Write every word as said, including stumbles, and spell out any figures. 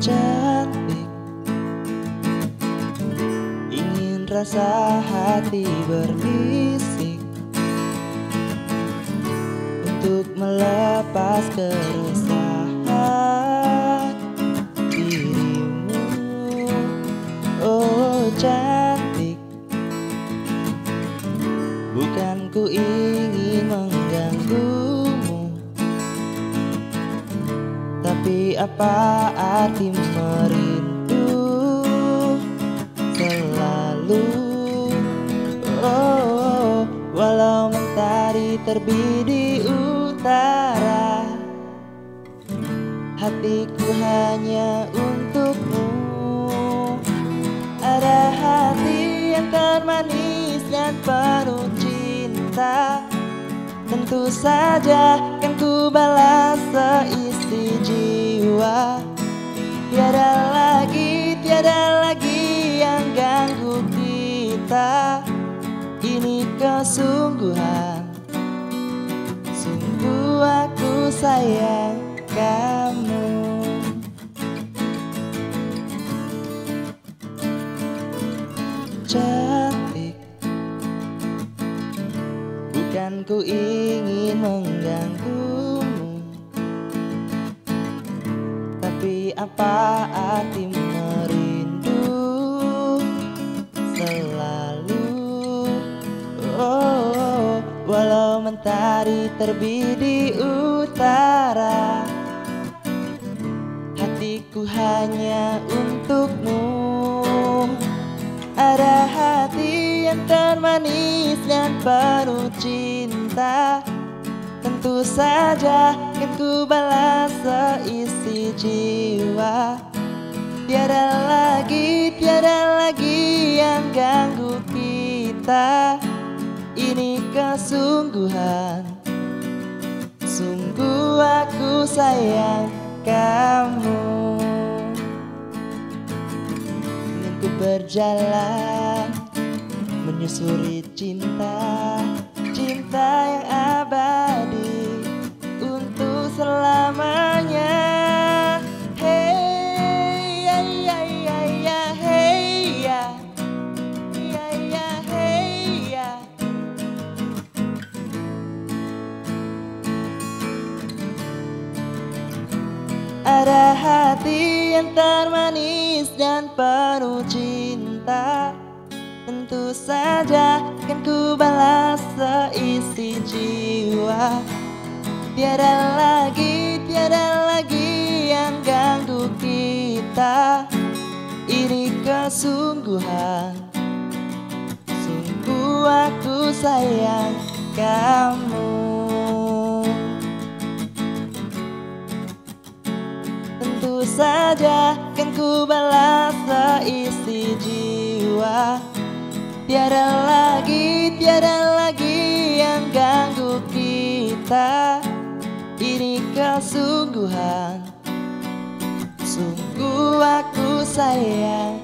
cantik, ingin rasa hati berbisik untuk melepas keresahan dirimu. Oh cantik, bukan ku ingin mengganggumu, tapi apa arti merindu selalu? Oh, walau mentari terbit di utara, hatiku hanya untukmu. Ada hati yang termanis dan penuh cinta, tentu saja kan ku balas seisi jiwa. Tiada lagi, tiada lagi yang ganggu kita. Ini kesungguhan, sungguh aku sayang kamu. Cantik, bukan ku ingin mengganggumu, tapi apa arti merindu selalu? Oh, walau mentari terbit di utara, hatiku hanya untukmu. Ada hati yang termanis dan penuh cinta, tentu saja kan ku balas seisi jiwa. Tiada lagi, tiada lagi yang ganggu kita. Ini kesungguhan, sungguh aku sayang kamu. Ingin ku berjalan menyusuri cinta, cinta yang abadi untuk selamanya. Hey ya ya ya ya, hey ya ya ya, hey ya. Ada hati yang termanis dan penuh cinta, tentu saja kan ku balas seisi jiwa. Tiada lagi, tiada lagi yang ganggu kita. Ini kesungguhan, sungguh aku sayang kamu. Tentu saja kan ku balas seisi jiwa. Tiada lagi, tiada lagi yang ganggu kita. Ini kesungguhan, sungguh aku sayang